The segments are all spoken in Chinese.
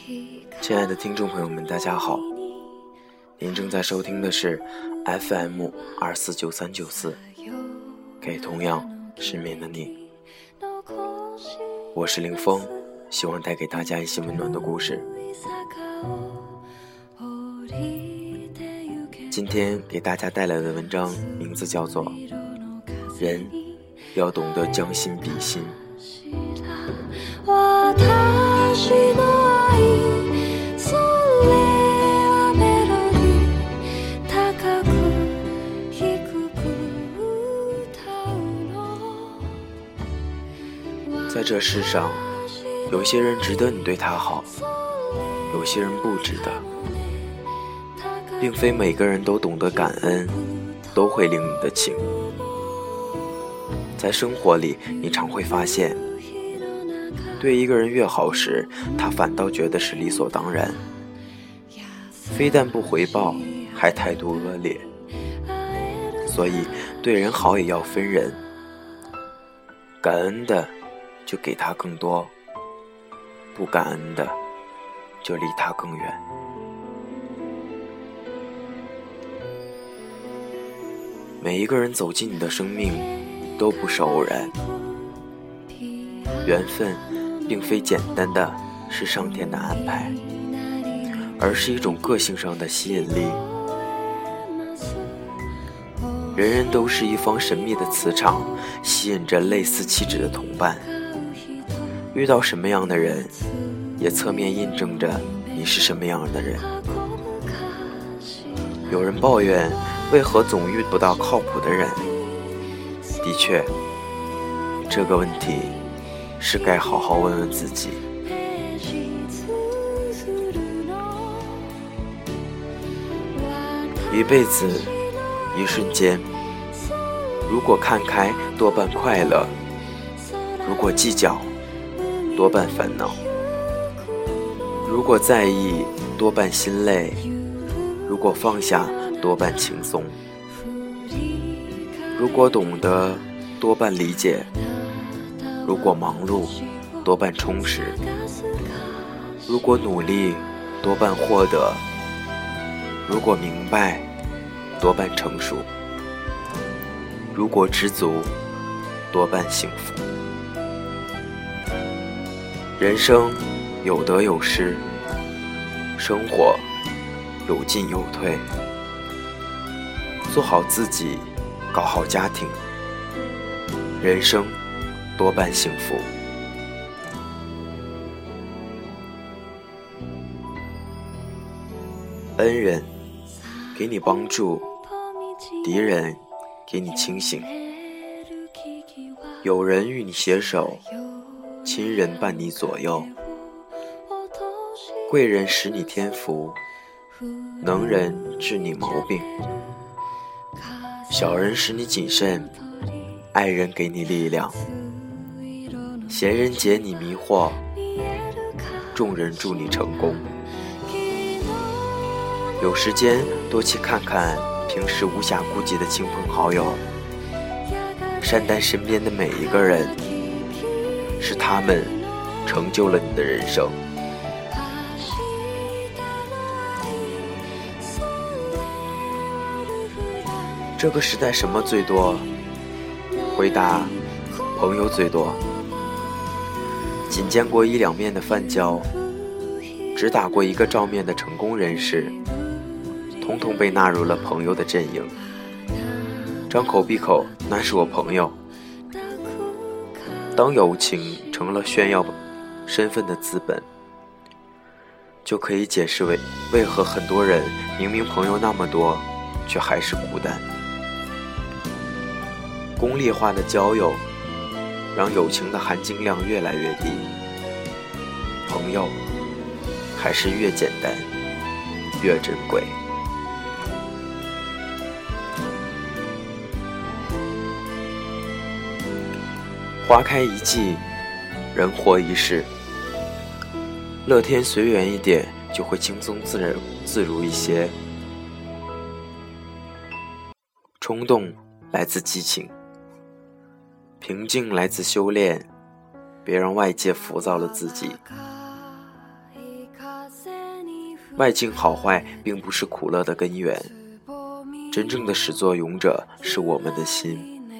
亲爱的听众朋友们，大家好，您正在收听的是 FM249394，给同样失眠的你。我是林峰，希望带给大家一些温暖的故事。今天给大家带来的文章名字叫做人要懂得将心比心。在这世上，有些人值得你对他好，有些人不值得。并非每个人都懂得感恩，都会领你的情。在生活里，你常会发现，对一个人越好时，他反倒觉得是理所当然，非但不回报，还态度恶劣。所以对人好也要分人，感恩的就给他更多，不感恩的就离他更远。每一个人走进你的生命都不是偶然，缘分并非简单的是上天的安排，而是一种个性上的吸引力。人人都是一方神秘的磁场，吸引着类似气质的同伴。遇到什么样的人，也侧面印证着你是什么样的人。有人抱怨为何总遇不到靠谱的人，的确，这个问题是该好好问问自己。一辈子一瞬间，如果看开多半快乐，如果计较多半烦恼，如果在意多半心累，如果放下多半轻松，如果懂得多半理解，如果忙碌多半充实，如果努力多半获得，如果明白多半成熟，如果知足多半幸福。人生有得有失，生活有进有退，做好自己，搞好家庭，人生多半幸福。恩人给你帮助，敌人给你清醒，友人与你携手，亲人伴你左右，贵人使你添福，能人治你毛病，小人使你谨慎，爱人给你力量，闲人解你迷惑，众人助你成功。有时间多去看看平时无暇顾及的亲朋好友，善待身边的每一个人，是他们成就了你的人生。这个时代什么最多？回答：朋友最多。仅见过一两面的泛交，只打过一个照面的成功人士，统统被纳入了朋友的阵营。张口闭口那是我朋友。当友情成了炫耀身份的资本，就可以解释为何很多人明明朋友那么多，却还是孤单。功利化的交友让友情的含金量越来越低，朋友还是越简单越珍贵。花开一季，人活一世，乐天随缘一点，就会轻松自如一些。冲动来自激情，平静来自修炼，别让外界浮躁了自己。 外境好坏并不是苦乐的根源，真正的始作俑者是我们的心。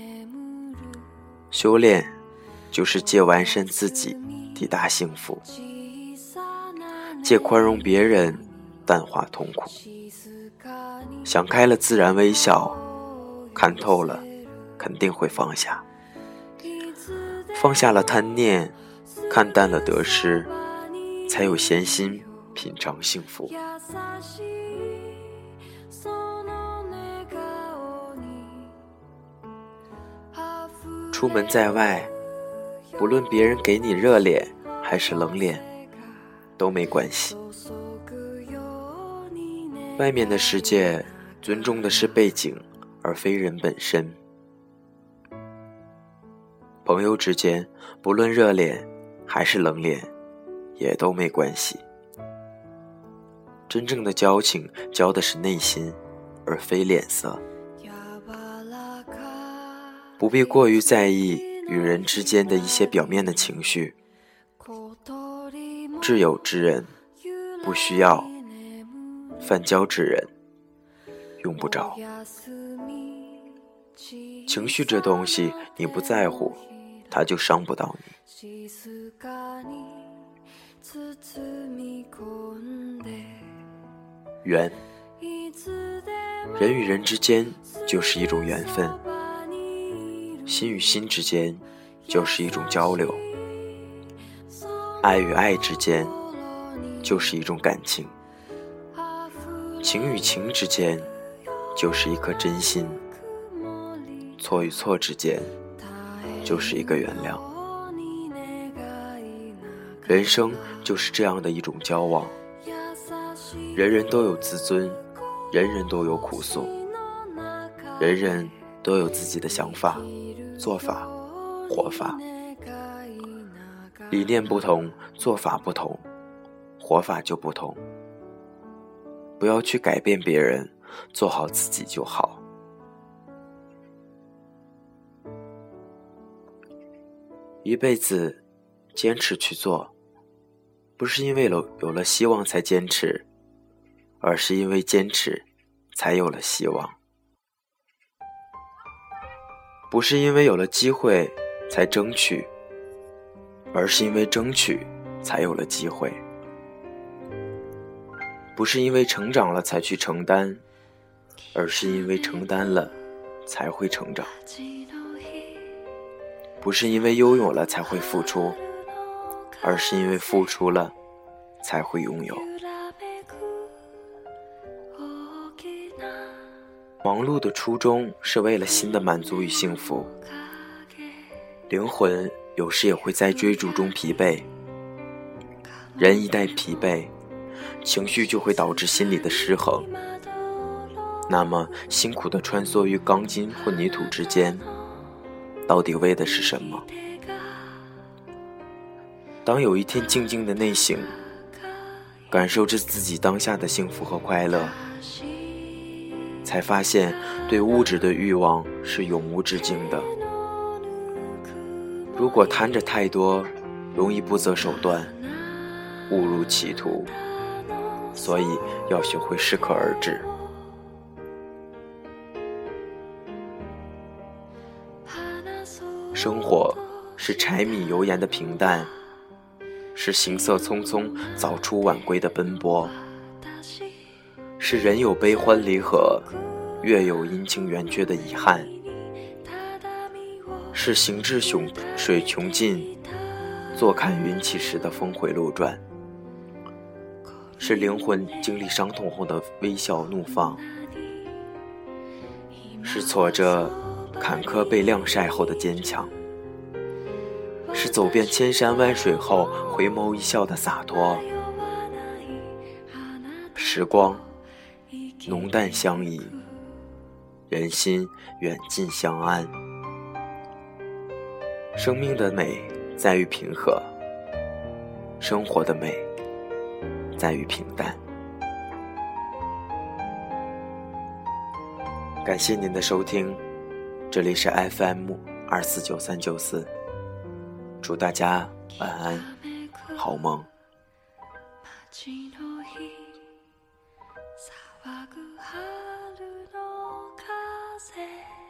修炼就是借完善自己抵达幸福，借宽容别人淡化痛苦。想开了自然微笑，看透了肯定会放下，放下了贪念，看淡了得失，才有闲心品尝幸福。出门在外，不论别人给你热脸还是冷脸都没关系。外面的世界尊重的是背景而非人本身。朋友之间不论热脸还是冷脸也都没关系。真正的交情交的是内心而非脸色。不必过于在意与人之间的一些表面的情绪，挚友之人不需要，泛交之人用不着。情绪这东西你不在乎，它就伤不到你。缘，人与人之间就是一种缘分，心与心之间就是一种交流，爱与爱之间就是一种感情，情与情之间就是一颗真心，错与错之间就是一个原谅。人生就是这样的一种交往，人人都有自尊，人人都有苦诉，人人都有自己的想法、做法、活法。理念不同，做法不同，活法就不同。不要去改变别人，做好自己就好。一辈子坚持去做，不是因为有了希望才坚持，而是因为坚持才有了希望。不是因为有了机会才争取，而是因为争取才有了机会。不是因为成长了才去承担，而是因为承担了才会成长。不是因为拥有了才会付出，而是因为付出了才会拥有。忙碌的初衷是为了心的满足与幸福，灵魂有时也会在追逐中疲惫。人一旦疲惫，情绪就会导致心理的失衡，那么辛苦的穿梭于钢筋或泥土之间，到底为的是什么？当有一天静静的内省，感受着自己当下的幸福和快乐，才发现对物质的欲望是永无止境的。如果贪着太多，容易不择手段，误入歧途，所以要学会适可而止。生活是柴米油盐的平淡，是行色匆匆早出晚归的奔波，是人有悲欢离合，月有阴晴圆缺的遗憾，是行至水穷尽，坐看云起时的峰回路转，是灵魂经历伤痛后的微笑怒放，是挫折坎坷被晾晒后的坚强，是走遍千山万水后回眸一笑的洒脱。时光浓淡相宜，人心远近相安。生命的美在于平和，生活的美在于平淡。感谢您的收听，这里是 FM249394，祝大家晚安，好梦。 春の風